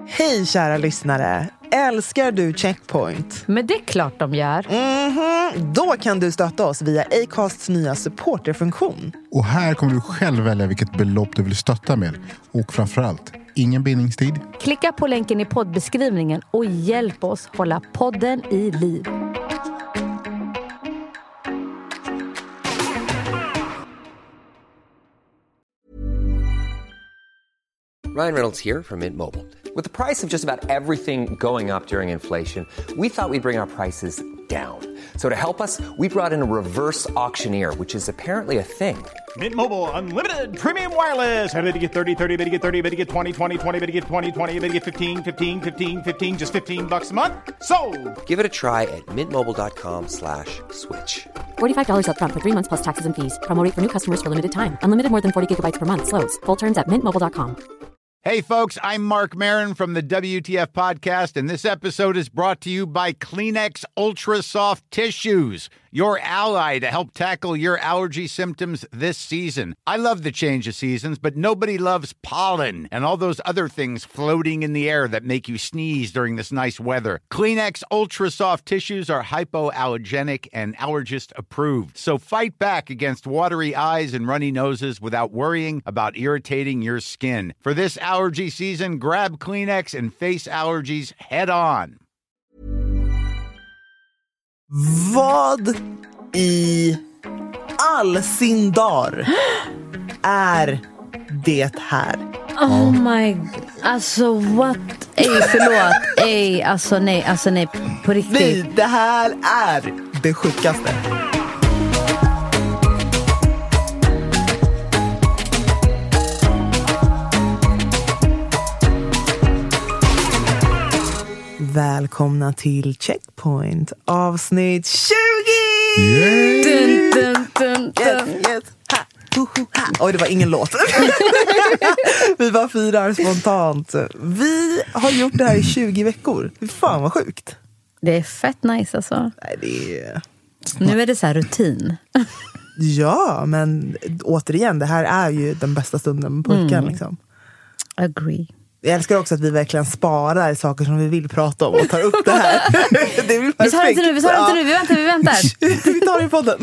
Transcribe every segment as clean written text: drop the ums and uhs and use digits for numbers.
Hej kära lyssnare, älskar du Checkpoint? Men det är klart de gör. Då kan du stötta oss via Acasts nya supporterfunktion. Och här kommer du själv välja vilket belopp du vill stötta med. Och framförallt, ingen bindningstid. Klicka på länken i poddbeskrivningen och hjälp oss hålla podden i liv. Ryan Reynolds here from Mint Mobile. With the price of just about everything going up during inflation, we thought we'd bring our prices down. So to help us, we brought in a reverse auctioneer, which is apparently a thing. Mint Mobile Unlimited Premium Wireless. How to get 30, 30, bit to get 30, bit to get 20, 20, 20, bit to get 20, 20, bit to get 15, 15, 15, 15, just $15 a month? Sold! Give it a try at mintmobile.com/switch. $45 up front for 3 months plus taxes and fees. Promo rate for new customers for limited time. Unlimited more than 40 gigabytes per month. Slows full terms at mintmobile.com. Hey, folks, I'm Mark Maron from the WTF Podcast, and this episode is brought to you by Kleenex Ultra Soft Tissues, your ally to help tackle your allergy symptoms this season. I love the change of seasons, but nobody loves pollen and all those other things floating in the air that make you sneeze during this nice weather. Kleenex Ultra Soft Tissues are hypoallergenic and allergist approved, so fight back against watery eyes and runny noses without worrying about irritating your skin. For this allergy season, grab Kleenex and face allergies head on. Vad i all sin dar är det här? Oh my god. Alltså what? Förlåt. Alltså nej, på riktigt. Nej, det här är det sjukaste. Välkomna till Checkpoint avsnitt 20! Yay! Dun, dun, dun, dun. Yes. Ha. Oj, det var ingen låt. Vi bara firar spontant. Vi har gjort det här i 20 veckor. Fan vad sjukt. Det är fett nice alltså. Nej, det är... Nu är det så här rutin. Ja, men återigen, det här är ju den bästa stunden på veckan liksom. Agree. Jag älskar också att vi verkligen sparar saker som vi vill prata om och tar upp det här. Det är Vi tar det inte nu, vi väntar. Vi tar det i podden.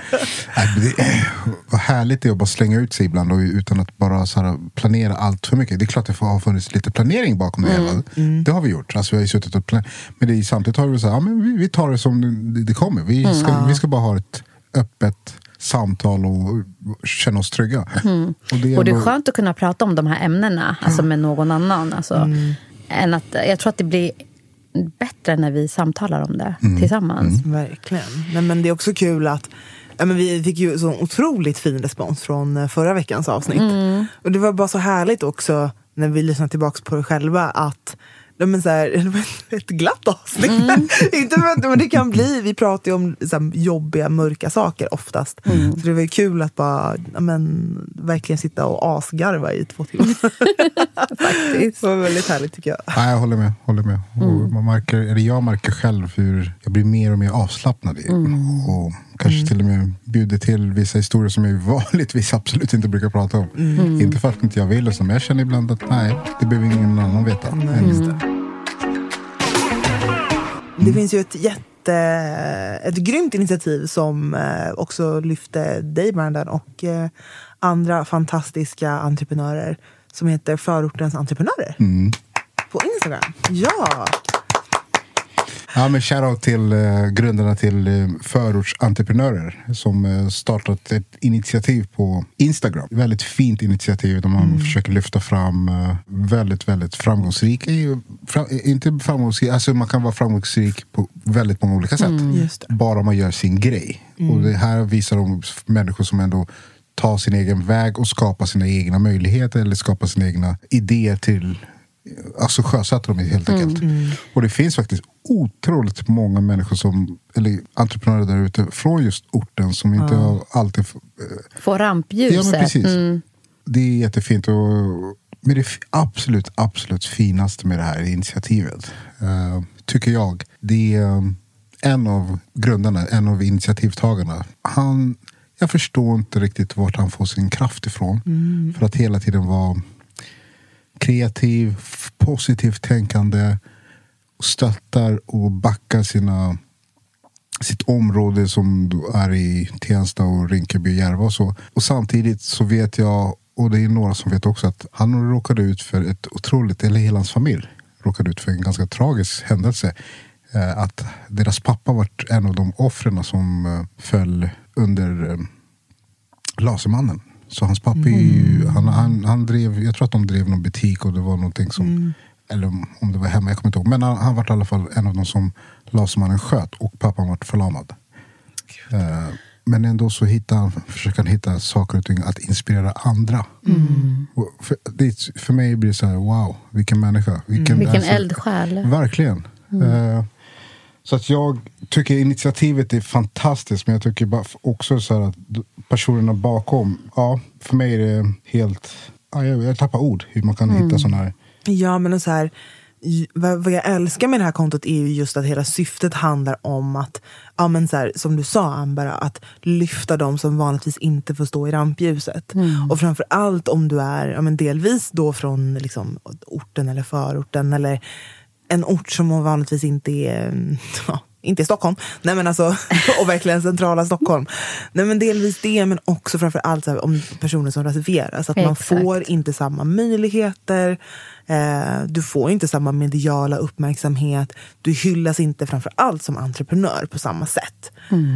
Vad härligt det är att bara slänga ut sig ibland och utan att bara så här planera allt för mycket. Det är klart att det har funnits lite planering bakom det hela. Det har vi gjort. Alltså vi har ju suttit och planerat. Men det är, samtidigt har vi så här, ja, men vi tar det som det kommer. Vi ska bara ha ett öppet samtal och känna oss trygga. Och det är skönt att kunna prata om de här ämnena alltså med någon annan. Alltså, än att, jag tror att det blir bättre när vi samtalar om det tillsammans. Verkligen. Men det är också kul att vi fick ju så otroligt fin respons från förra veckans avsnitt. Och det var bara så härligt också när vi lyssnade tillbaka på det själva att men så här, det var ett glatt avsnitt. Inte men det kan bli, vi pratar ju om så här, jobbiga, mörka saker oftast. Så det var ju kul att bara verkligen sitta och asgarva i 2 timmar. Faktiskt. Det var väldigt härligt tycker jag. Nej, jag håller med. Och jag märker själv hur jag blir mer och mer avslappnad i. Och kanske till och med bjuder till vissa historier som jag vanligtvis absolut inte brukar prata om. Inte för att inte jag vill, men jag känner ibland att nej, det behöver ingen annan veta. Det finns ju ett grymt initiativ som också lyfte dig, Brandon, och andra fantastiska entreprenörer som heter Förortens entreprenörer på Instagram. Ja! Ja, men shoutout till grundarna till Förortsentreprenörer som startat ett initiativ på Instagram. Väldigt fint initiativ där man försöker lyfta fram väldigt, väldigt framgångsrik. Inte framgångsrik, alltså man kan vara framgångsrik på väldigt många olika sätt. Bara man gör sin grej. Och det här visar de människor som ändå tar sin egen väg och skapar sina egna möjligheter eller skapar sina egna idéer till... Alltså sjösatte de helt enkelt. Och det finns faktiskt otroligt många människor eller entreprenörer där ute från just orten som inte alltid får rampljuset. Ja, men precis. Det är jättefint men det absolut finaste med det här initiativet tycker jag, det är en av grundarna, en av initiativtagarna. Jag förstår inte riktigt vart han får sin kraft ifrån. För att hela tiden vara kreativ, positivt tänkande, stöttar och backar sitt område som är i Tensta och Rinkeby och Järva och så. Och samtidigt så vet jag, och det är några som vet också, att han råkade ut för ett otroligt, eller hela hans familj råkade ut för en ganska tragisk händelse. Att deras pappa var en av de offren som föll under Lasermannen. Så hans pappa han drev, jag tror att de drev någon butik och det var någonting som, eller om det var hemma, jag kommer inte ihåg. Men han var i alla fall en av de som Lasermannen sköt och pappan var förlamad. Men ändå så försöker han hitta saker och ting att inspirera andra. Och för mig blir det så här, wow, vilken människa. Vilken eldsjäl. Verkligen. Så att jag tycker initiativet är fantastiskt, men jag tycker bara också så här att personerna bakom, för mig är det helt, jag tappar ord hur man kan hitta sådana här. Ja, men så här, vad jag älskar med det här kontot är ju just att hela syftet handlar om att, men så här, som du sa Amber, att lyfta dem som vanligtvis inte får stå i rampljuset. Och framförallt om du är delvis då från liksom, orten eller förorten eller en ort som vanligtvis inte är inte i Stockholm. Nej, men alltså, och verkligen centrala Stockholm. Nej, men delvis det, men också framförallt så här, om personer som rasifieras. Att man får inte samma möjligheter. Du får inte samma mediala uppmärksamhet. Du hyllas inte framförallt som entreprenör på samma sätt.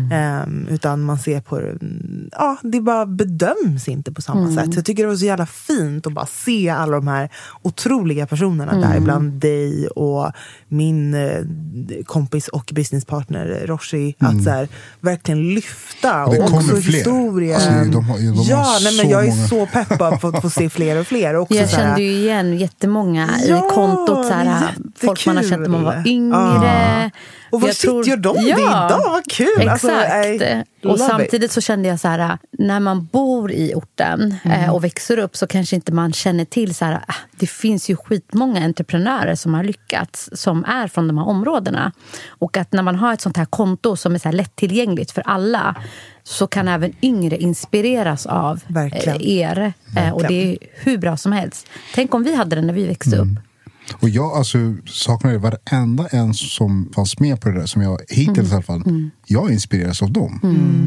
Utan man ser på det bara bedöms inte på samma sätt. Så jag tycker det var så jävla fint att bara se alla de här otroliga personerna där bland dig och min kompis och businesspartner Roshi, att så här, verkligen lyfta och också historia. Alltså, jag är så peppad på att få se fler och fler. Och jag kände ju igen jättemånga i kontot, så här, folk man har känt när man var yngre. Och vad gör de det idag? Vad kul! Exakt. Alltså, och samtidigt så kände jag så här, när man bor i orten och växer upp så kanske inte man känner till så här, det finns ju skitmånga entreprenörer som har lyckats, som är från de här områdena. Och att när man har ett sånt här konto som är så här lättillgängligt för alla, så kan även yngre inspireras av er. Och det är hur bra som helst. Tänk om vi hade det när vi växte upp. Och jag saknar varenda en som fanns med på det där, som jag hittills i alla fall. Jag inspireras av dem.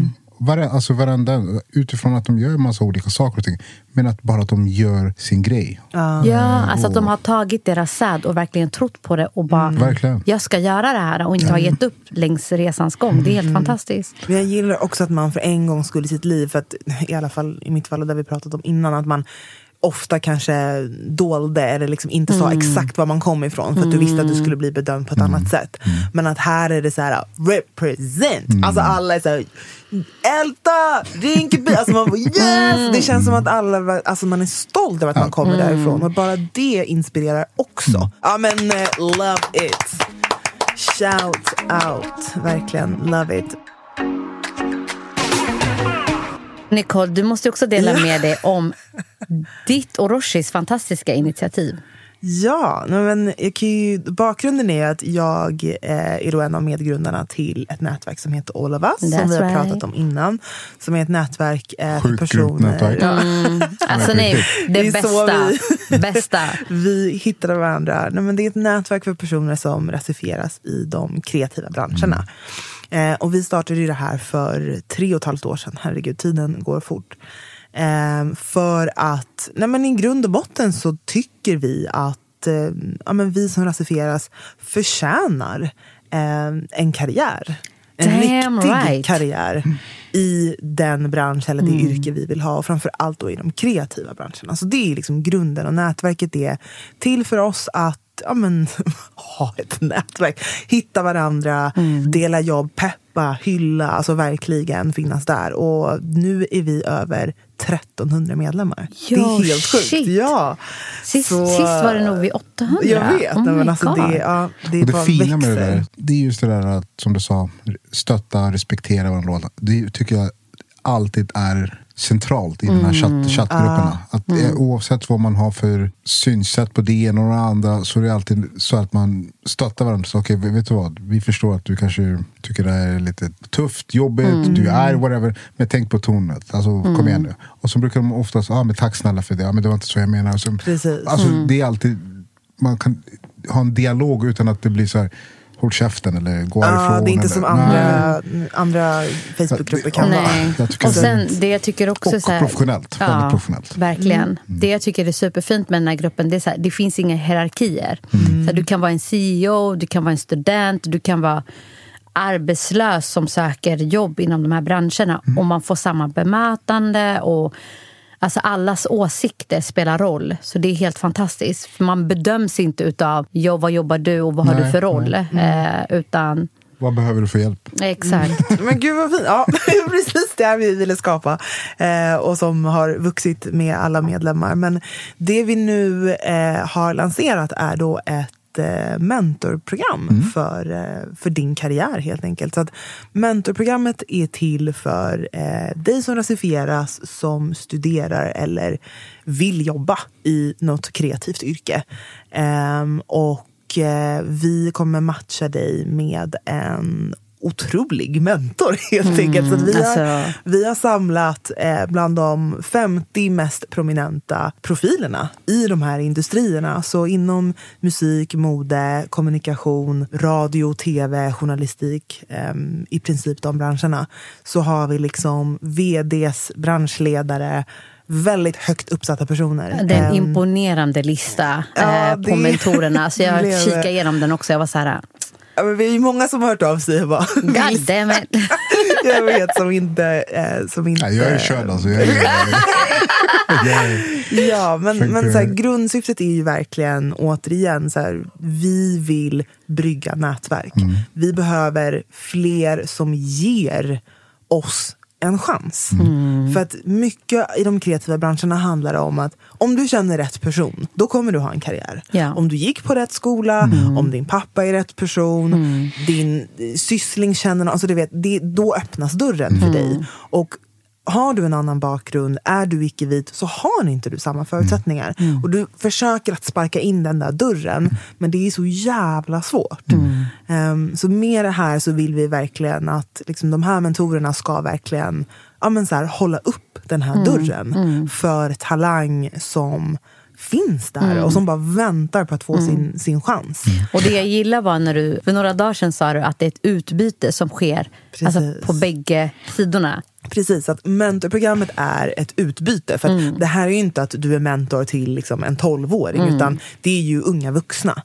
Varenda, utifrån att de gör en massa olika saker och ting, men att bara att de gör sin grej. Alltså att de har tagit deras säd och verkligen trott på det och bara, jag ska göra det här, och inte har gett upp längs resans gång. Det är helt fantastiskt. Men jag gillar också att man för en gång skulle i sitt liv, för att i alla fall i mitt fall och där vi pratat om innan, att man ofta kanske dolde eller liksom inte sa exakt var man kom ifrån, för att du visste att du skulle bli bedömd på ett annat sätt. Men att här är det så här, represent. Alltså alla är så här, Älta, Rinkeby. Alltså man bara, yes! Det känns som att alla, alltså man är stolt över att man kommer därifrån. Och bara det inspirerar också. Ja, men love it. Shout out. Verkligen, love it. Nicole, du måste också dela med dig om ditt och Roshis fantastiska initiativ. Ja, men bakgrunden är att jag är då en av medgrundarna till ett nätverk som heter All of Us, som vi har pratat om innan. Som är ett nätverk för personer. Alltså nej, det bästa. Vi hittade varandra. Nej, men det är ett nätverk för personer som rasifieras i de kreativa branscherna. Och vi startade ju det här för 3,5 år sedan. Herregud, tiden går fort. För att i grund och botten så tycker vi att vi som rasifieras förtjänar en karriär. En riktig karriär i den bransch eller det yrke vi vill ha. Och framförallt då i de kreativa branscherna. Så det är liksom grunden, och nätverket är till för oss att ha ett nätverk, hitta varandra, dela jobb, peppa, hylla, alltså verkligen finnas där. Och nu är vi över 1300 medlemmar. Det är helt sjukt. Ja. Sist var det nog vid 800. Jag vet, men alltså det och det bara fina växer. med det där, det är just det där att, som du sa, stötta, respektera varandra. Det tycker jag alltid är centralt i den här chattgrupperna. Att oavsett vad man har för synsätt på det ena och det andra, så är det alltid så att man stöttar varandra. Så okej, vet du vad? Vi förstår att du kanske tycker det är lite tufft, jobbigt, du är whatever, men tänk på tonet. Alltså, kom igen nu. Och så brukar de oftast, men tack snälla för det. Men det var inte så jag menar. Så, alltså, det är alltid, man kan ha en dialog utan att det blir så här, håll käften eller gå härifrån. Det är inte som andra Facebookgrupper kan vara. Och sen det jag tycker också så här, professionellt, väldigt professionellt. Verkligen. Det jag tycker är superfint med den här gruppen, det är så här, det finns inga hierarkier. Så du kan vara en CEO, du kan vara en student, du kan vara arbetslös som söker jobb inom de här branscherna, och man får samma bemötande, och alltså allas åsikter spelar roll. Så det är helt fantastiskt. För man bedöms inte utav vad jobbar du och vad har du för roll. Utan vad behöver du för hjälp? Exakt. Men gud vad fint. Ja, precis det vi ville skapa. Och som har vuxit med alla medlemmar. Men det vi nu har lanserat är då ett mentorprogram för din karriär helt enkelt. Så att mentorprogrammet är till för dig som rasifieras, som studerar eller vill jobba i något kreativt yrke. Och vi kommer matcha dig med en otrolig mentor helt enkelt. Så att vi har samlat bland de 50 mest prominenta profilerna i de här industrierna. Så inom musik, mode, kommunikation, radio, tv, journalistik, i princip de branscherna, så har vi liksom vds, branschledare, väldigt högt uppsatta personer. Det är en imponerande lista på mentorerna. Så jag kikade igenom den också. Jag var så här... Ja, men vi är ju många som har hört av sig. Bara, God damn it. Jag vet, som inte... Ja, jag är körd alltså. Ja, men så här, grundsyftet är ju verkligen återigen så här, vi vill brygga nätverk. Vi behöver fler som ger oss en chans. För att mycket i de kreativa branscherna handlar om att om du känner rätt person, då kommer du ha en karriär. Om du gick på rätt skola, om din pappa är rätt person, din syssling känner, alltså du vet, då öppnas dörren för dig. Och har du en annan bakgrund, är du icke-vit, så har inte du samma förutsättningar. Och du försöker att sparka in den där dörren, men det är så jävla svårt. Så med det här så vill vi verkligen att liksom, de här mentorerna ska verkligen hålla upp den här dörren för talang som finns där och som bara väntar på att få sin chans. Och det jag gillar var när du för några dagar sedan sa du att det är ett utbyte som sker alltså på bägge sidorna. Precis, att mentorprogrammet är ett utbyte. För att det här är ju inte att du är mentor till liksom en 12-åring, utan det är ju unga vuxna.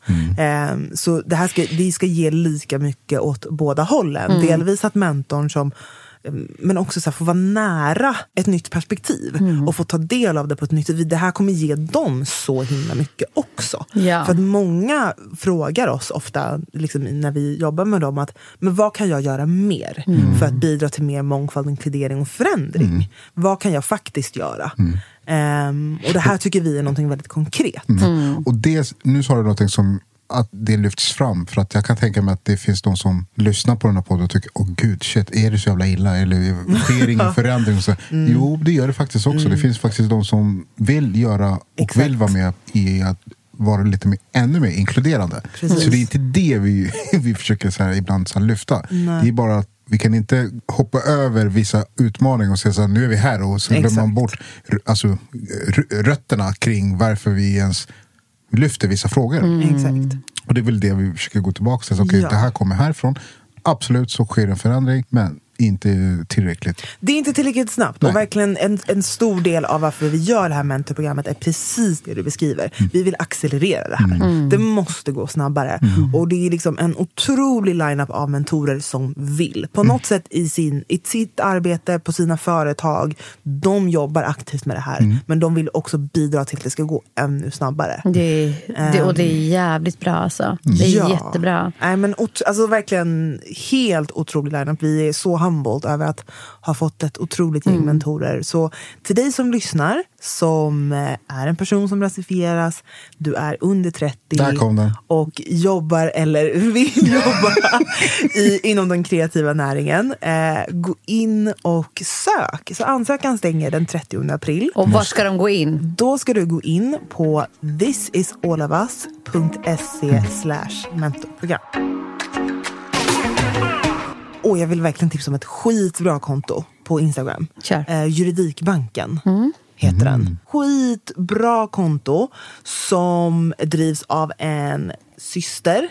Så det här vi ska ge lika mycket åt båda hållen. Delvis att mentorn som men också så här, få vara nära ett nytt perspektiv och få ta del av det på ett nytt sätt. Det här kommer ge dem så himla mycket också. För att många frågar oss ofta liksom, när vi jobbar med dem att, men vad kan jag göra mer för att bidra till mer mångfald, inkludering och förändring? Vad kan jag faktiskt göra? Och det här tycker vi är någonting väldigt konkret. Och nu sa du någonting som att det lyfts fram, för att jag kan tänka mig att det finns de som lyssnar på den här podden och tycker, gud shit, är det så jävla illa eller sker ingen förändring? Så, jo, det gör det faktiskt också. Det finns faktiskt de som vill göra och vill vara med i att vara lite ännu mer inkluderande. Precis. Så det är inte det vi försöker så här, ibland så här, lyfta. Nej. Det är bara att vi kan inte hoppa över vissa utmaningar och säga så här, nu är vi här, och så glömmer man bort alltså, rötterna kring varför vi ens lyfter vissa frågor. Exakt. Och det är väl det vi försöker gå tillbaka till. Okej, det här kommer härifrån. Absolut så sker en förändring, men inte tillräckligt. Det är inte tillräckligt snabbt. Nej. Och verkligen en stor del av varför vi gör det här mentorprogrammet är precis det du beskriver. Vi vill accelerera det här. Det måste gå snabbare. Och det är liksom en otrolig lineup av mentorer som vill. På något sätt i sitt arbete, på sina företag. De jobbar aktivt med det här. Men de vill också bidra till att det ska gå ännu snabbare. Och det är jävligt bra alltså. Det är jättebra. Nej, men alltså verkligen helt otrolig lineup. Vi är så humbled över att ha fått ett otroligt gäng mentorer. Så till dig som lyssnar, som är en person som rasifieras, du är under 30 Där kom den. och jobbar eller vill jobba inom den kreativa näringen, gå in och sök. Så ansökan stänger den 30 april. Och var ska de gå in? Då ska du gå in på thisisallofus.se/mentorprogram. Och jag vill verkligen tipsa om ett skitbra konto på Instagram. Kör. Juridikbanken heter den. Skitbra konto som drivs av en syster.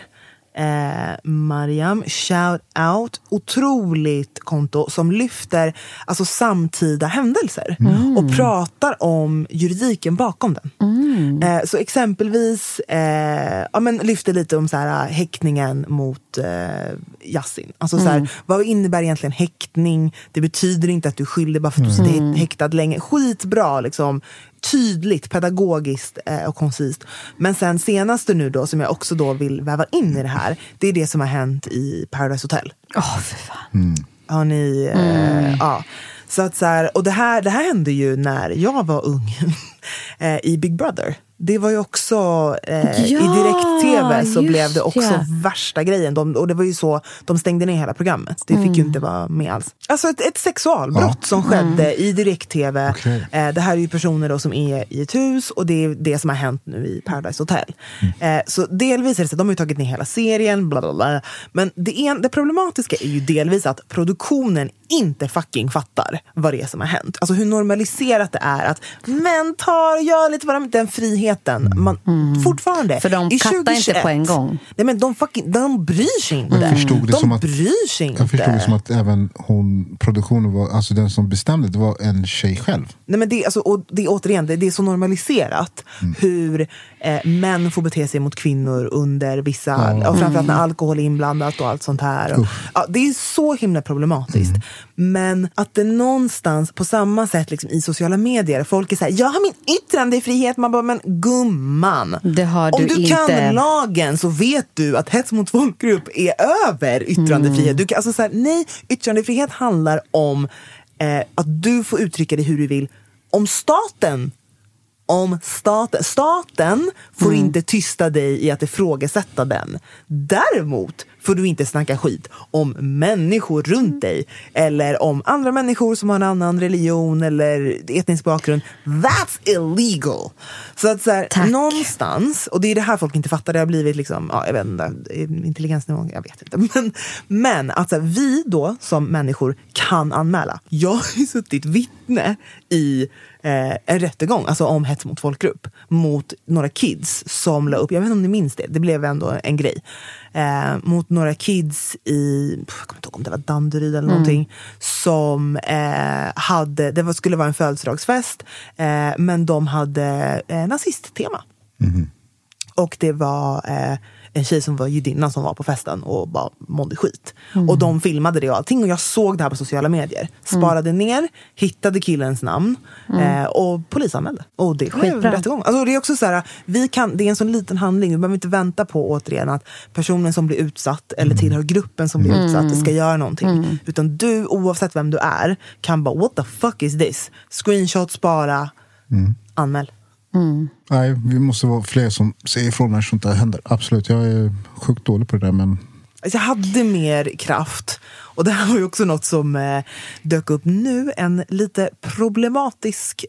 Mariam, shout out. Otroligt konto som lyfter alltså samtida händelser och pratar om juridiken bakom den. Så exempelvis lyfter lite om så här, häktningen mot Yasin. Alltså, så här, vad innebär egentligen häktning? Det betyder inte att du är skyldig bara för att du sitter häktad länge. Skitbra liksom. Tydligt, pedagogiskt och koncist. Men sen senaste nu då, som jag också då vill väva in i det här, det är det som har hänt i Paradise Hotel. För fan. Har ni... ja. Så att så här, och det här hände ju när jag var ung i Big Brother. Det var ju också i direkt-tv så blev det också värsta grejen. Och det var ju så, de stängde ner hela programmet. Det fick ju inte vara med alls. Alltså ett sexualbrott som skedde i direkt-tv. Okay. Det här är ju personer då som är i ett hus och det är det som har hänt nu i Paradise Hotel. Så delvis är det så att de har ju tagit ner hela serien, bla bla bla. Men det problematiska är ju delvis att produktionen inte fucking fattar vad det är som har hänt. Alltså hur normaliserat det är att män gör lite vad den friheten man fortfarande för de kattar inte på en gång. Nej, men de bryr sig inte. Jag förstod det som att även produktionen var, alltså den som bestämde, det var en tjej själv. Nej, men det är återigen, det är så normaliserat hur män får bete sig mot kvinnor under vissa, och framförallt när alkohol är inblandat och allt sånt här. Ja, det är så himla problematiskt. Men att det någonstans på samma sätt liksom, i sociala medier, folk är så här, jag har min yttrandefrihet, man bara, men gumman, det har om du du inte. Kan lagen så vet du att hets mot folkgrupp är över yttrandefrihet. Du kan, alltså så här, nej, yttrandefrihet handlar om att du får uttrycka dig hur du vill. Staten får inte tysta dig i att ifrågasätta den. Däremot får du inte snacka skit om människor runt dig eller om andra människor som har en annan religion eller etnisk bakgrund. That's illegal. Så att så här, någonstans, och det är det här folk inte fattar, det har blivit liksom, ja, jag vet inte, intelligensnivå, jag vet inte. Men att så här, vi då som människor kan anmäla. Jag har ju suttit vittne i en rättegång, alltså om hets mot folkgrupp, mot några kids som la upp, jag vet inte om ni minns det blev ändå en grej, mot några kids i, jag kommer inte ihåg om det var Danderyd eller någonting, som skulle vara en födelsedagsfest, men de hade nazisttema. Och det var en tjej som var judinna som var på festen och bara mådde skit. Och de filmade det och allting. Och jag såg det här på sociala medier. Sparade ner, hittade killens namn och polisanmälde. Och det sker rättegång. Alltså det är också så här, det är en sån liten handling. Vi behöver inte vänta på återigen att personen som blir utsatt eller tillhör gruppen som blir utsatt ska göra någonting. Utan du, oavsett vem du är, kan bara, what the fuck is this? Screenshot, spara, anmäl. Nej, vi måste vara fler som säger ifrån när sånt där händer. Absolut, jag är sjukt dålig på det där, men... Jag hade mer kraft. Och det här var ju också något som dök upp nu. En lite problematisk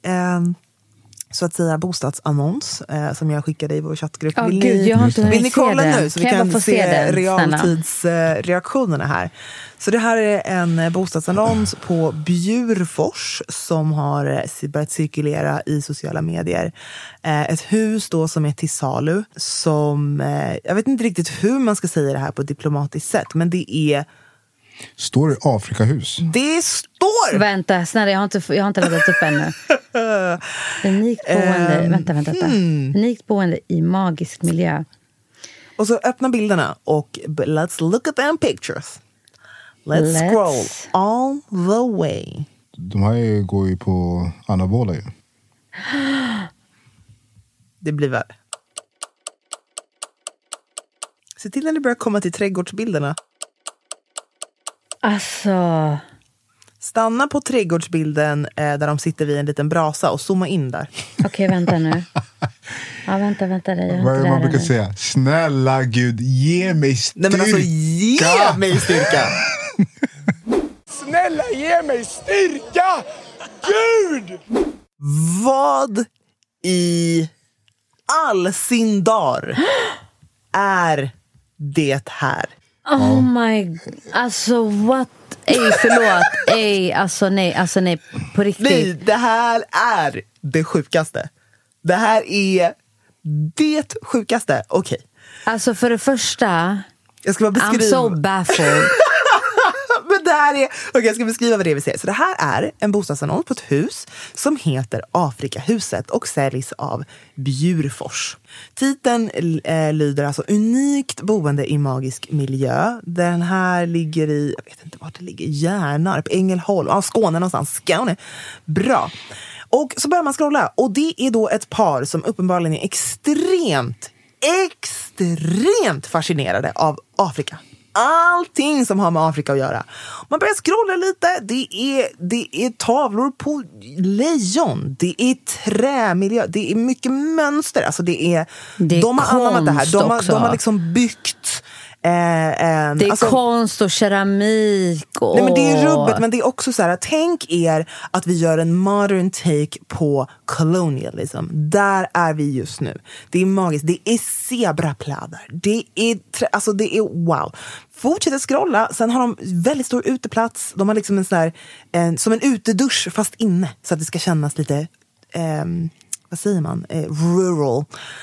så att säga bostadsannons som jag skickade i vår chattgrupp. Vill ni kolla nu så vi kan se realtidsreaktionerna här? Så det här är en bostadsannons på Bjurfors som har börjat cirkulera i sociala medier. Ett hus då som är till salu som, jag vet inte riktigt hur man ska säga det här på ett diplomatiskt sätt, men det är... Står det Afrikahus? Det står! Vänta, snälla, jag har inte laddat upp ännu. Unikt boende, vänta. Unikt boende i magisk miljö. Och så öppna bilderna och let's look at them pictures. Let's scroll all the way. De här går ju på anabola ju. Det blir värre. Se till när det börjar komma till trädgårdsbilderna. Alltså... Stanna på trädgårdsbilden där de sitter vid en liten brasa och zooma in där. Okej, vänta nu. Ja, vänta. Vad är det man brukar säga? Snälla Gud, ge mig styrka. Nej, men alltså, ge mig styrka. Snälla, ge mig styrka! Gud! Vad i all sin dar är det här? Oh my... Alltså, what? Ej, förlåt. Ej, alltså nej, på riktigt. Nej, det här är det sjukaste. Det här är det sjukaste. Okej. Alltså, för det första... Jag ska bara beskriva. I'm so baffled. Men det här är... Okej, jag ska beskriva vad det är vi ser. Så det här är en bostadsannons på ett hus som heter Afrikahuset och säljs av Bjurfors. Titeln lyder alltså unikt boende i magisk miljö. Den här ligger i, jag vet inte vart det ligger, Järnarp, Ängelholm, Skåne någonstans, Skåne. Bra. Och så börjar man scrolla och det är då ett par som uppenbarligen är extremt fascinerade av Afrika. Allting som har med Afrika att göra. Man börjar scrolla lite. Det är tavlor på lejon. Det är trämiljö. Det är mycket mönster. Alltså de har anammat det här. De har liksom byggt det är konst och keramik och... Nej, men det är rubbet, men det är också så här, tänk er att vi gör en modern take på colonialism. Där är vi just nu. Det är magiskt, det är zebrapläder. Det är wow. Fortsätter scrolla, sen har de väldigt stor uteplats. De har liksom en sån här, som en utedusch fast inne, så att det ska kännas lite vad säger man? Rural.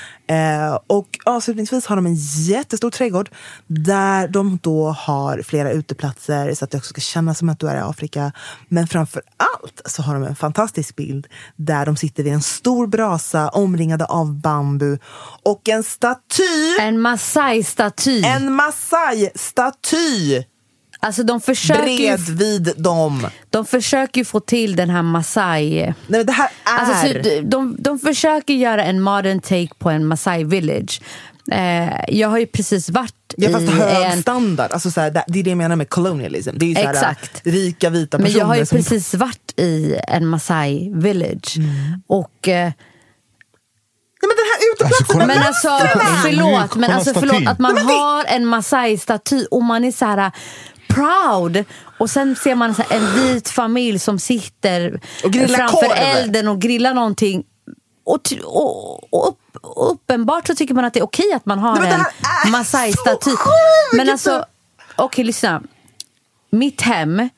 Och avslutningsvis har de en jättestor trädgård där de då har flera uteplatser så att det också ska kännas som att du är i Afrika. Men framför allt så har de en fantastisk bild där de sitter vid en stor brasa omringade av bambu och en staty. En Masai-staty. Alltså de försöker bredvid dem. De försöker ju få till den här Masai. Nej, men det här är... Alltså, de försöker göra en modern take på en Masai village. Jag har ju precis varit fast hög standard. Alltså, så här, det är det jag menar med colonialism. Det är ju så här, exakt. Rika vita personer. Men jag har ju precis varit i en Masai village. Och... men den här uteplatsen... Men alltså, förlåt att man har en Masai-staty och man är så här proud, och sen ser man så här, en vit familj som sitter framför elden och grillar någonting och uppenbart så tycker man att det är okej att man har en Masai-staty. Men alltså, okej, lyssna. Mitt hem,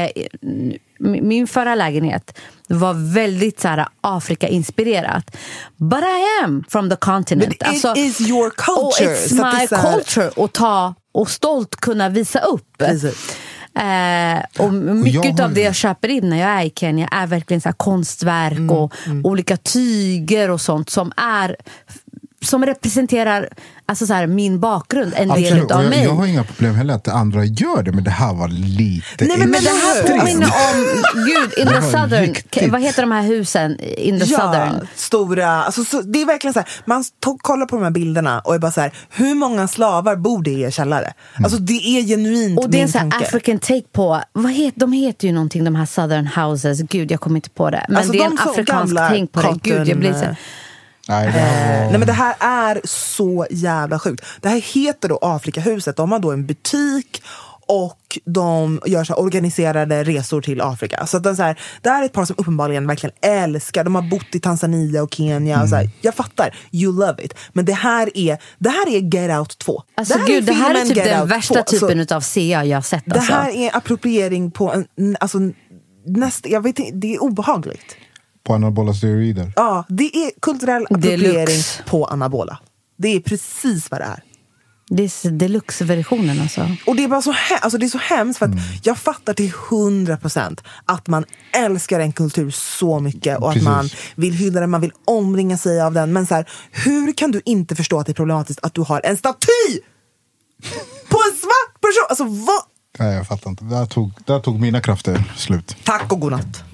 min förra lägenhet var väldigt så här Afrika-inspirerat. But I am from the continent. But it is your culture. Och it's my culture att ta och stolt kunna visa upp. Och mycket av det jag köper in när jag är i Kenya är verkligen så här konstverk och olika tyger och sånt som representerar alltså så här, min bakgrund, en del av mig. Jag har inga problem heller att andra gör det, men det här var lite... Nej, men det här påminner om... Gud, in the southern... Vad heter de här husen? In the southern? Stora... Alltså, det är verkligen så här... Man kollar på de här bilderna och är bara så här... Hur många slavar bor det i er källare? Alltså, det är genuint. Och det är en så här African take på... De heter ju någonting, de här southern houses. Gud, jag kommer inte på det. Men alltså, det är en afrikansk take på det. Gud, jag blir så... Nej, men det här är så jävla sjukt. Det här heter då Afrikahuset. De har då en butik och de gör så här organiserade resor till Afrika. Så att det här är ett par som uppenbarligen verkligen älskar. De har bott i Tanzania och Kenya och så här, jag fattar, you love it. Men det här är Get Out 2. Alltså det här är typ den värsta typen av CA jag har sett. Det här är appropriering på en, alltså jag vet inte, det är obehagligt. På anabola steroider. Ja, det är kulturell appropriering på anabola. Det är precis vad det är. Det är deluxe-versionen alltså. Och det är bara så, det är så hemskt för att jag fattar till 100% att man älskar en kultur så mycket och att man vill hylla den, man vill omringa sig av den. Men så här, hur kan du inte förstå att det är problematiskt att du har en staty på en svart person? Alltså vad? Nej, jag fattar inte. Där tog mina krafter slut. Tack och godnatt.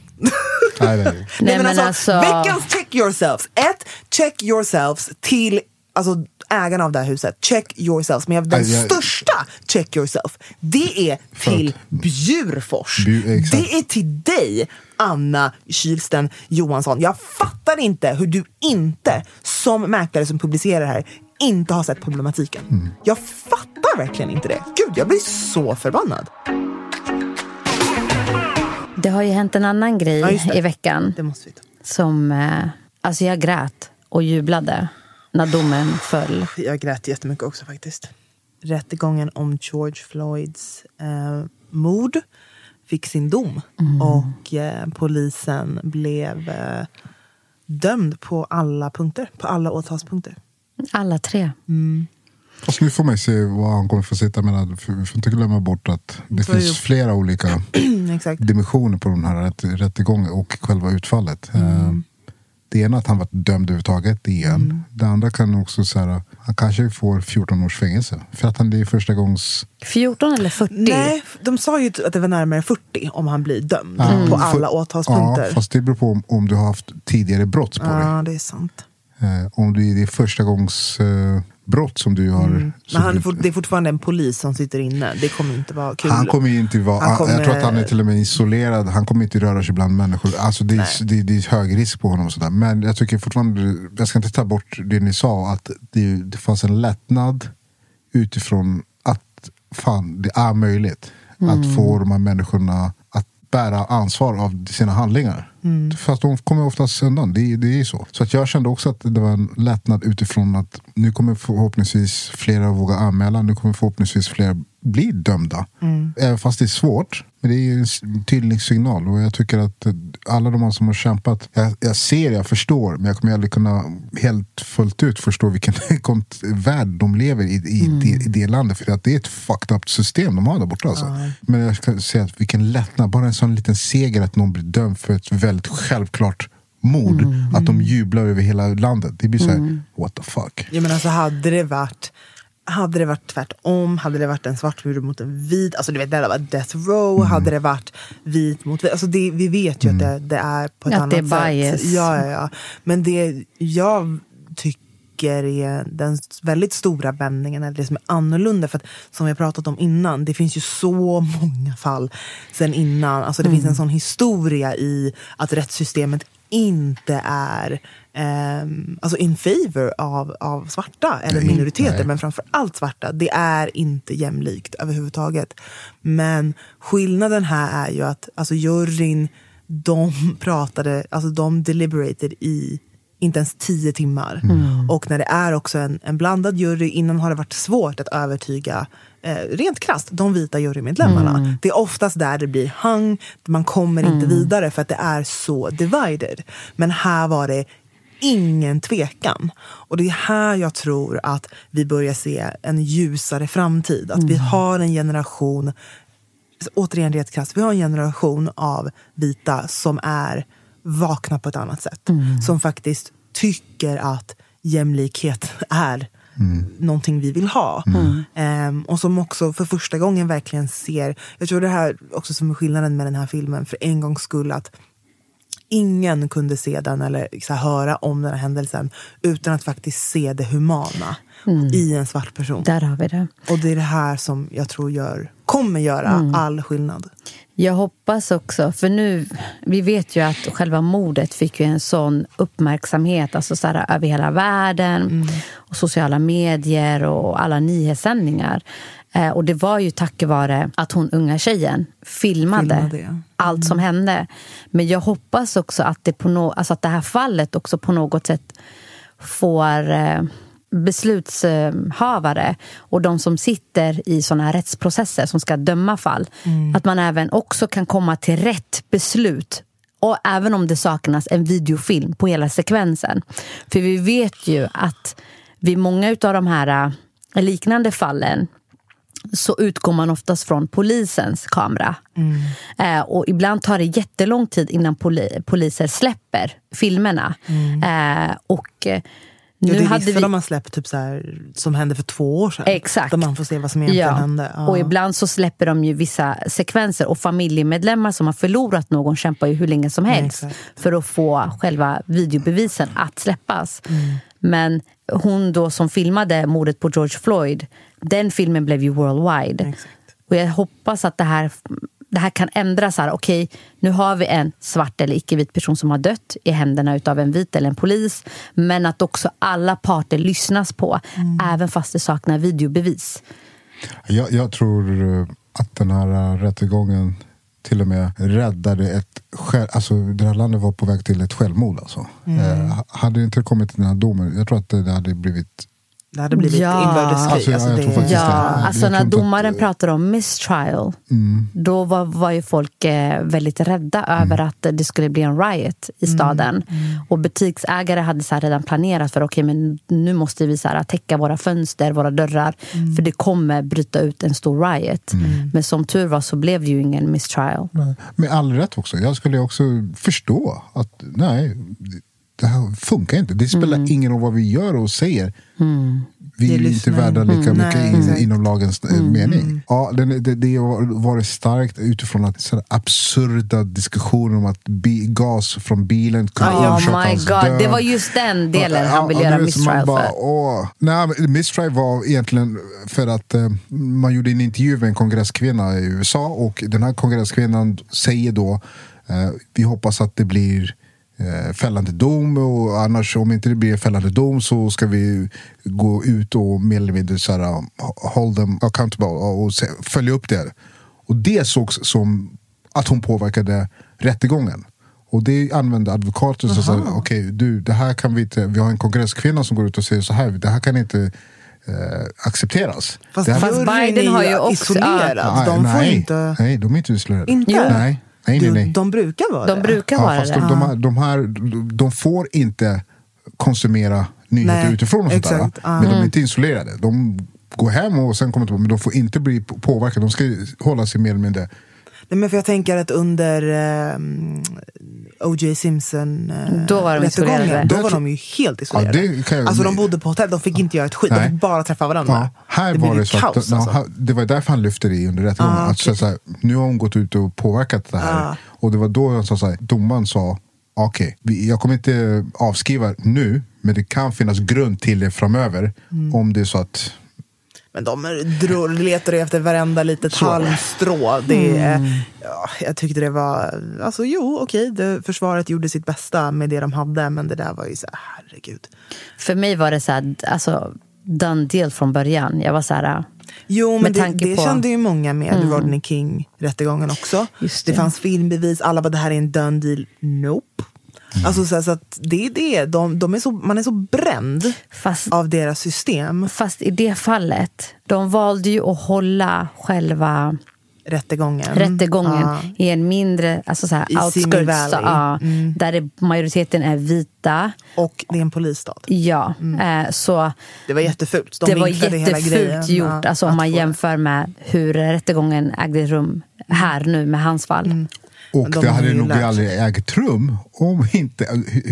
Nej, men alltså veckans check yourselves. Check yourselves till alltså ägarna av det här huset, check yourself. Men den största check yourself, det är till Bjurfors. Det är till dig, Anna Kylsten Johansson. Jag fattar inte hur du inte, som mäklare som publicerar här, inte har sett problematiken. Jag fattar verkligen inte det. Gud, jag blir så förbannad. Det har ju hänt en annan grej i veckan. Det måste vi ta. Som, alltså jag grät och jublade när domen föll. Jag grät jättemycket också faktiskt. Rättegången om George Floyds mord fick sin dom. Och polisen blev dömd på alla punkter. På alla åtalspunkter. Alla 3. Fast nu får man se vad han kommer få sitta med. Vi får inte glömma bort att det finns flera olika dimensioner på den här rättegången och själva utfallet. Det ena att han var dömd överhuvudtaget igen. Det andra kan också säga han kanske får 14 års fängelse. För att han är första gångs... 14 eller 40? Nej, de sa ju att det var närmare 40 om han blir dömd på alla åtalspunkter. Ja, fast det beror på om du har haft tidigare brott på dig. Ja, det är sant. Om du är det första gångs brott som du har... Men det är fortfarande en polis som sitter inne. Det kommer inte vara kul. Han kommer ju inte vara... Jag tror att han är till och med isolerad. Han kommer inte röra sig bland människor. Alltså det är hög risk på honom och sådär. Men jag tycker fortfarande... Jag ska inte ta bort det ni sa. Att det fanns en lättnad utifrån att fan, det är möjligt att få de här människorna att bära ansvar av sina handlingar. Fast de kommer oftast undan. Det är så. Så att jag kände också att det var en lättnad utifrån att nu kommer förhoppningsvis flera våga anmäla. Nu kommer förhoppningsvis fler bli dömda. Även fast det är svårt. Men det är en tydlig signal. Och jag tycker att alla de som har kämpat, jag förstår, men jag kommer aldrig kunna helt fullt ut förstå vilken värld de lever i det landet. För att det är ett fucked up system de har där borta. Alltså. Men jag kan säga att vilken lättnad, bara en sån liten seger att någon blir dömd för ett väldigt självklart mord. Att de jublar över hela landet. Det blir så här, what the fuck. Ja, men alltså hade det varit tvärtom, hade det varit en svart mot en vit, alltså du vet, det hade varit death row, hade det varit vit mot vit, alltså vi vet ju att det är på ett annat sätt. Att det är bias. Ja. Men det jag tycker är den väldigt stora vändningen, eller det som är annorlunda, för att som vi har pratat om innan, det finns ju så många fall sen innan, alltså det finns en sån historia i att rättssystemet inte är alltså in favor av svarta eller minoriteter, men framförallt svarta. Det är inte jämlikt överhuvudtaget. Men skillnaden här är ju att alltså juryn, de deliberated i inte ens 10 timmar. Och när det är också en blandad jury, innan har det varit svårt att övertyga rent krasst de vita jurymedlemmarna. Det är oftast där det blir hang, man kommer inte vidare för att det är så divided. Men här var det ingen tvekan. Och det är här jag tror att vi börjar se en ljusare framtid. Att vi har en generation, återigen rätt krasst, vi har en generation av vita som är vakna på ett annat sätt. Som faktiskt tycker att jämlikhet är någonting vi vill ha. Och som också för första gången verkligen ser, jag tror det här också som är skillnaden med den här filmen, för en gångs skull, att ingen kunde se den eller så här, höra om den här händelsen utan att faktiskt se det humana i en svart person. Där har vi det. Och det är det här som jag tror kommer göra all skillnad. Jag hoppas också, för nu, vi vet ju att själva mordet fick ju en sån uppmärksamhet, alltså så här, över hela världen och sociala medier och alla nyhetssändningar. Och det var ju tack vare att hon unga tjejen filmade allt som hände. Men jag hoppas också att alltså att det här fallet också på något sätt får beslutshavare och de som sitter i såna här rättsprocesser som ska döma fall, att man även också kan komma till rätt beslut, och även om det saknas en videofilm på hela sekvensen. För vi vet ju att vid många av de här liknande fallen så utgår man oftast från polisens kamera. Och ibland tar det jättelång tid innan poliser släpper filmerna. Och nu det är vissa de har släppt typ så här, som hände för 2 år sedan. Exakt. Där man får se vad som egentligen hände. Ja. Och ibland så släpper de ju vissa sekvenser, och familjemedlemmar som har förlorat någon kämpar ju hur länge som helst för att få själva videobevisen att släppas. Men hon då som filmade mordet på George Floyd, den filmen blev ju worldwide. Exakt. Och jag hoppas att det här kan ändras här. Okej, nu har vi en svart eller icke-vit person som har dött i händerna utav en vit eller en polis. Men att också alla parter lyssnas på, även fast det saknar videobevis. Jag tror att den här rättegången till och med räddade alltså det här landet var på väg till ett självmord alltså. Hade det inte kommit till den här domen, jag tror att det hade blivit inbördeskrig. Alltså när domaren pratar om mistrial, då var ju folk väldigt rädda över att det skulle bli en riot i staden. Och butiksägare hade så här redan planerat för okej, men nu måste vi så här täcka våra fönster, våra dörrar, för det kommer bryta ut en stor riot. Men som tur var så blev det ju ingen mistrial. Med all rätt också. Jag skulle också förstå att nej, det här funkar inte. Det spelar ingen roll vad vi gör och säger. Vi är inte värda lika mycket inom lagens mening. Ja, det har varit starkt utifrån att sådär absurda diskussioner om att gas från bilen kunde orsaka hans död. Det var just den delen han ville göra mistrial för. Nej, mistrial var egentligen för att man gjorde en intervju med en kongresskvinna i USA, och den här kongresskvinnan säger då vi hoppas att det blir fällande dom, och annars om inte det blir fällande dom så ska vi gå ut och mer eller mindre så här, hold them accountable och följa upp det. Och det sågs som att hon påverkade rättegången. Och det använde advokaten som sa okej, det här kan vi inte, vi har en kongresskvinna som går ut och säger så här, det här kan inte accepteras. Fast Biden har ju också isolerat. Nej, de är inte isolerade. Inte? Nej. De brukar vara de får inte konsumera nyheter utifrån och sådär. Men de är inte isolerade. De går hem och sen kommer tillbaka, men de får inte bli påverkade. De ska hålla sig mer eller mindre. Nej, men för jag tänker att under O.J. Simpson då var de isolerade. Då var de ju helt isolerade. Alltså de bodde på hotell, de fick inte göra ett skit. De fick bara träffa varandra. Här var det så kaos, det var därför han lyfte det under rättegången. Så nu har hon gått ut och påverkat det här. Och det var då han sa domaren sa okej, jag kommer inte avskriva nu, men det kan finnas grund till det framöver om det är så att. Men de letar efter varenda litet halmstrå. Jag tyckte det var alltså försvaret gjorde sitt bästa med det de hade, men det där var ju så här, herregud. För mig var det så här, alltså done deal från början. Jag var så här. Men det kände ju många med Rodney King-rättegången också. Det fanns filmbevis, alla bara det här är en done deal. Nope. Alltså så att det är det. Man är så bränd av deras system. Fast i det fallet, de valde ju att hålla själva rättegången i en mindre, alltså så här, outskirts, där majoriteten är vita. Och det är en polisstad. Ja, så det var jättefult. Det var jättefult gjort, alltså om man jämför med hur rättegången ägde rum här nu med hans fall. Och det hade nog aldrig ägt rum om inte,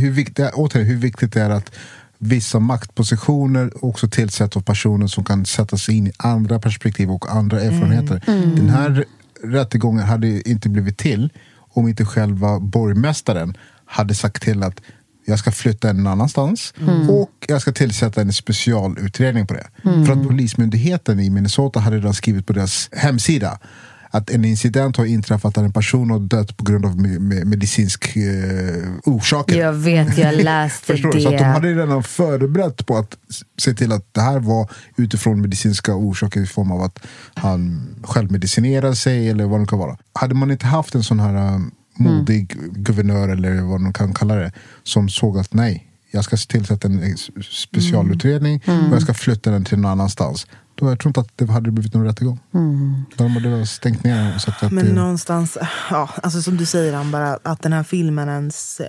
hur viktigt det är att vissa maktpositioner också tillsätts av personer som kan sätta sig in i andra perspektiv och andra erfarenheter. Den här rättegången hade inte blivit till om inte själva borgmästaren hade sagt till att jag ska flytta en annanstans och jag ska tillsätta en specialutredning på det. För att polismyndigheten i Minnesota hade redan skrivit på deras hemsida att en incident har inträffat där en person har dött på grund av medicinsk orsaker. Jag vet, jag läste det. Så att de hade redan förberett på att se till att det här var utifrån medicinska orsaker i form av att han självmedicinerade sig eller vad det kan vara. Hade man inte haft en sån här modig guvernör eller vad man kan kalla det som såg att nej, jag ska tillsätta en specialutredning och jag ska flytta den till någon annanstans. Då jag tror inte att det hade blivit någon rättegång. De hade stängt ner och sagt att men någonstans, alltså som du säger, han bara att den här filmen ens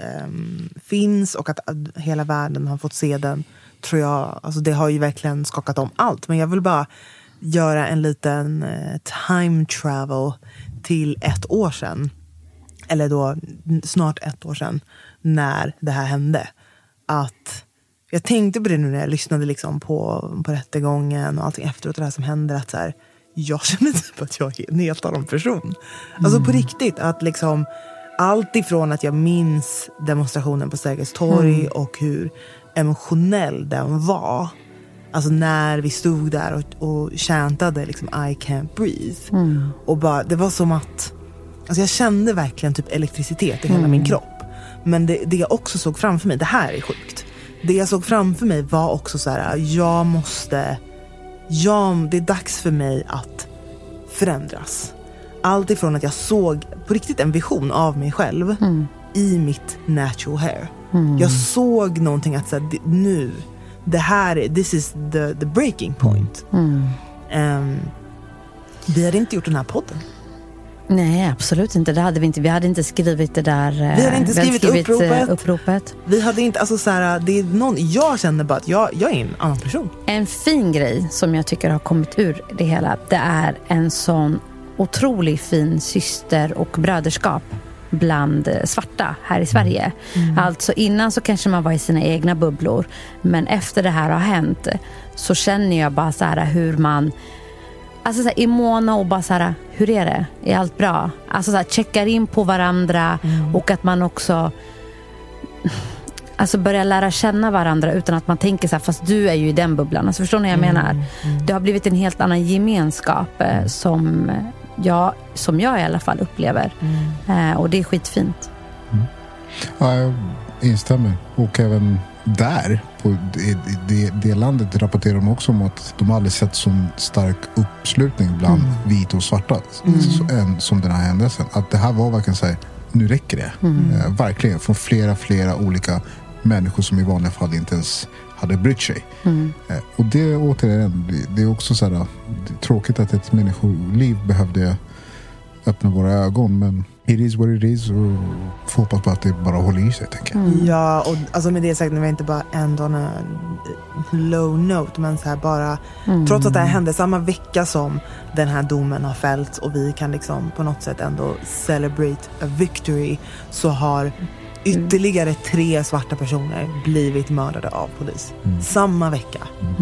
finns och att hela världen har fått se den, tror jag, alltså det har ju verkligen skakat om allt. Men jag vill bara göra en liten time travel till 1 år sedan. Eller då snart 1 år sedan när det här hände. Att jag tänkte på det nu när jag lyssnade liksom på rättegången och allting efteråt, det här som händer, att så här, jag känner typ att jag är en helt annan person. Alltså på riktigt, att liksom allt ifrån att jag minns demonstrationen på Sergels torg och hur emotionell den var. Alltså när vi stod där och chantade liksom I can't breathe. Och bara, det var som att alltså jag kände verkligen typ elektricitet i hela min kropp. Men det jag också såg framför mig, det här är sjukt. Det jag såg framför mig var också så här, det är dags för mig att förändras. Allt ifrån att jag såg på riktigt en vision av mig själv i mitt natural hair. Jag såg någonting att säga nu, det här, this is the breaking point. Vi hade inte gjort den här podden. Nej, absolut inte. Det hade vi inte. Vi hade inte skrivit det där. Vi hade inte skrivit uppropet. Vi hade inte, alltså så här, det är någon, jag känner bara att jag är en annan person. En fin grej som jag tycker har kommit ur det hela, det är en sån otroligt fin syster- och bröderskap bland svarta här i Sverige. Alltså innan så kanske man var i sina egna bubblor, men efter det här har hänt så känner jag bara så här hur man alltså så här, är måna och bara så här, hur är det? Är allt bra? Alltså så här, checkar in på varandra och att man också alltså börjar lära känna varandra utan att man tänker så här, fast du är ju i den bubblan. Alltså förstår ni vad jag menar? Det har blivit en helt annan gemenskap som jag i alla fall upplever. Och det är skitfint. Ja, jag instämmer. Och även där på det landet rapporterar de också om att de aldrig sett sån stark uppslutning bland vita och svarta som den här händelsen. Att det här var verkligen så här, nu räcker det. Verkligen, från flera olika människor som i vanliga fall inte ens hade brytt sig. Och det återigen, det är också så här, det är tråkigt att ett människoliv behövde öppna våra ögon, men it is what it is, och får hoppas på att det bara håller i sig, tänker jag. Ja, och alltså med det sagt, nu var inte bara en low note, men så här bara trots att det här hände samma vecka som den här domen har fällts och vi kan liksom på något sätt ändå celebrate a victory, så har ytterligare 3 svarta personer blivit mördade av polis samma vecka.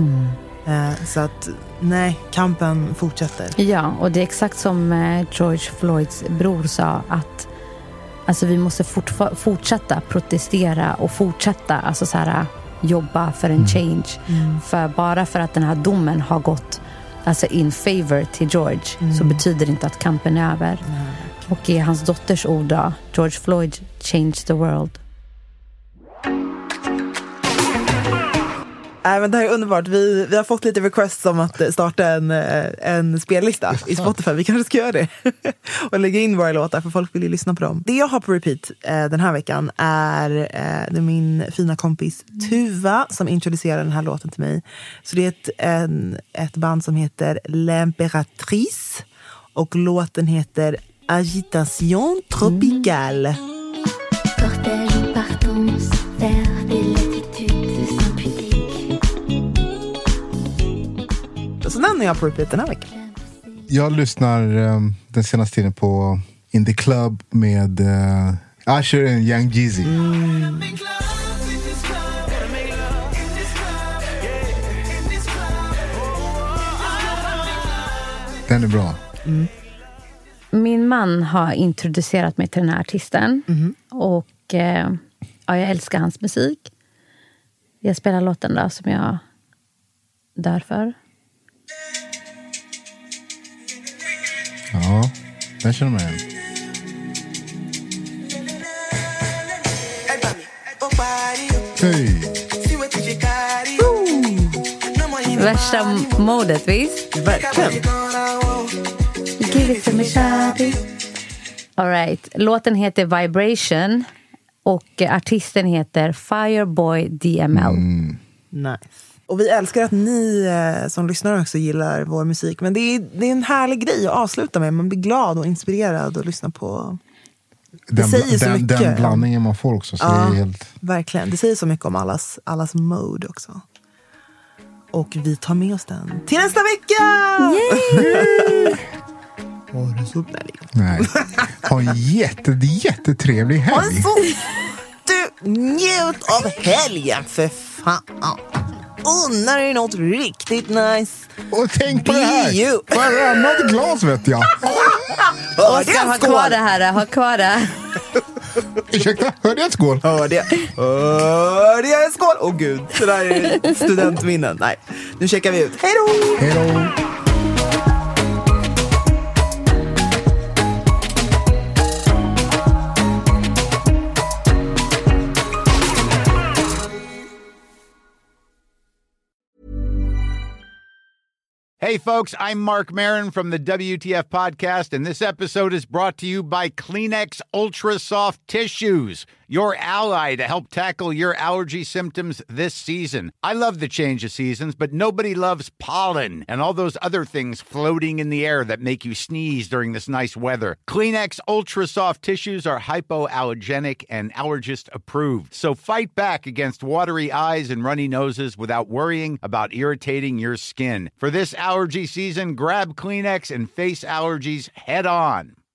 Så att nej, kampen fortsätter. Ja, och det är exakt som George Floyds bror sa, att alltså vi måste fortsätta protestera och fortsätta alltså så här, jobba för en change. För bara för att den här domen har gått alltså in favor till George så betyder det inte att kampen är över. Och i hans dotters ord då, George Floyd changed the world. Men det här är underbart. Vi har fått lite requests om att starta en spellista i Spotify. Vi kanske ska göra det. Och lägga in våra låtar, för folk vill ju lyssna på dem. Det jag har på repeat den här veckan är min fina kompis Tuva som introducerar den här låten till mig. Så det är ett band som heter L'Impératrice. Och låten heter Agitation Tropicale. Cortège partance vers des latitudes sans pudique. Så den är jag på repeat den här veckan. Jag lyssnar den senaste tiden på In the Club med Usher och Young Jeezy. Den är bra. Min man har introducerat mig till den här artisten. Och jag älskar hans musik. Jag spelar låten då som jag dör för. Ja, den känner man igen. Hej! Värsta modet, visst? Verkligen. Give it to me, shawty. All right. Låten heter Vibration och artisten heter Fireboy DML. Nice. Och vi älskar att ni som lyssnar också gillar vår musik. Men det är en härlig grej att avsluta med. Man blir glad och inspirerad och lyssna på. Det säger så mycket. Den blandningen man får också. Så det är helt... Verkligen. Det säger så mycket om allas mode också. Och vi tar med oss den till nästa vecka! Yay! Ha det så Nej. Ha en jättetrevlig helg. Du, njut av helgen för fan. Unna dig något riktigt nice. Och tänk på det här. Varannat glas vet jag. Oskar, ha kvar det här. Ha kvar det. Ursäkta, hörde jag ett skål? Hörde jag en skål? Åh gud, det där är studentminnen. Nej, nu checkar vi ut. Hej då! Hej då! Hey, folks, I'm Mark Maron from the WTF Podcast, and this episode is brought to you by Kleenex Ultra Soft Tissues, your ally to help tackle your allergy symptoms this season. I love the change of seasons, but nobody loves pollen and all those other things floating in the air that make you sneeze during this nice weather. Kleenex Ultra Soft Tissues are hypoallergenic and allergist approved, so fight back against watery eyes and runny noses without worrying about irritating your skin. For this allergy season, grab Kleenex and face allergies head on.